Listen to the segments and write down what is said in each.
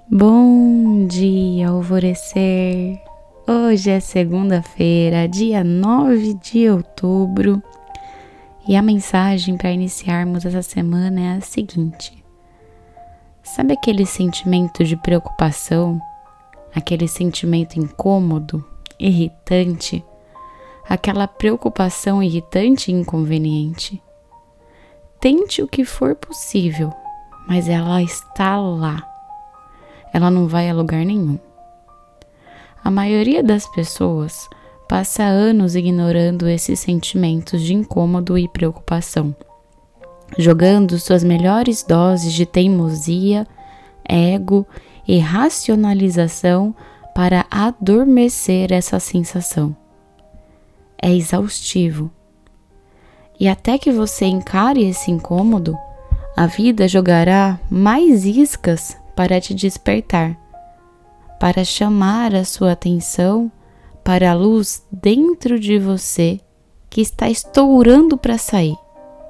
Bom dia, alvorecer! Hoje é segunda-feira, dia 9 de outubro, e a mensagem para iniciarmos essa semana é a seguinte: sabe aquele sentimento de preocupação, aquele sentimento incômodo, irritante, aquela preocupação irritante e inconveniente? Tente o que for possível, mas ela está lá. Ela não vai a lugar nenhum. A maioria das pessoas passa anos ignorando esses sentimentos de incômodo e preocupação, jogando suas melhores doses de teimosia, ego e racionalização para adormecer essa sensação. É exaustivo. E até que você encare esse incômodo, a vida jogará mais iscas para te despertar, para chamar a sua atenção para a luz dentro de você que está estourando para sair.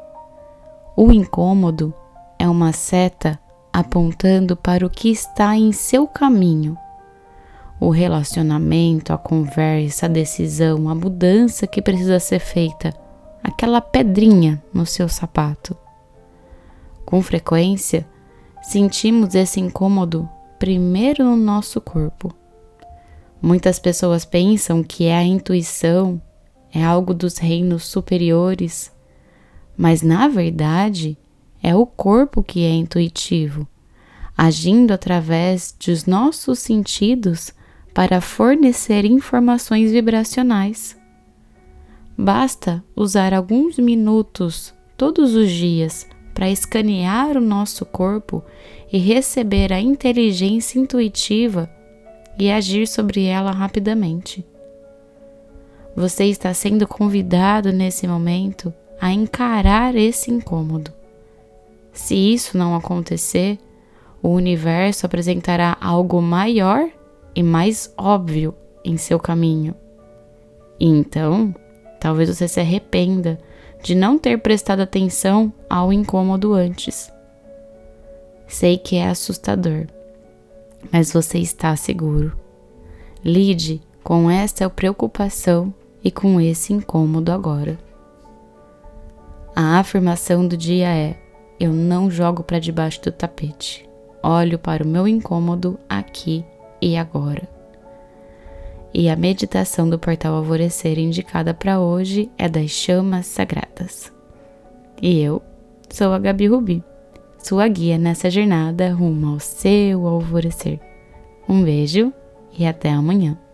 O incômodo é uma seta apontando para o que está em seu caminho. O relacionamento, a conversa, a decisão, a mudança que precisa ser feita, aquela pedrinha no seu sapato. Com frequência, sentimos esse incômodo primeiro no nosso corpo. Muitas pessoas pensam que é a intuição, é algo dos reinos superiores, mas na verdade é o corpo que é intuitivo, agindo através dos nossos sentidos para fornecer informações vibracionais. Basta usar alguns minutos todos os dias para escanear o nosso corpo e receber a inteligência intuitiva e agir sobre ela rapidamente. Você está sendo convidado nesse momento a encarar esse incômodo. Se isso não acontecer, o universo apresentará algo maior e mais óbvio em seu caminho. E então, talvez você se arrependa de não ter prestado atenção ao incômodo antes. Sei que é assustador, mas você está seguro. Lide com essa preocupação e com esse incômodo agora. A afirmação do dia é: eu não jogo para debaixo do tapete. Olho para o meu incômodo aqui e agora. E a meditação do Portal Alvorecer indicada para hoje é das chamas sagradas. E eu sou a Gabi Rubi, sua guia nessa jornada rumo ao seu alvorecer. Um beijo e até amanhã.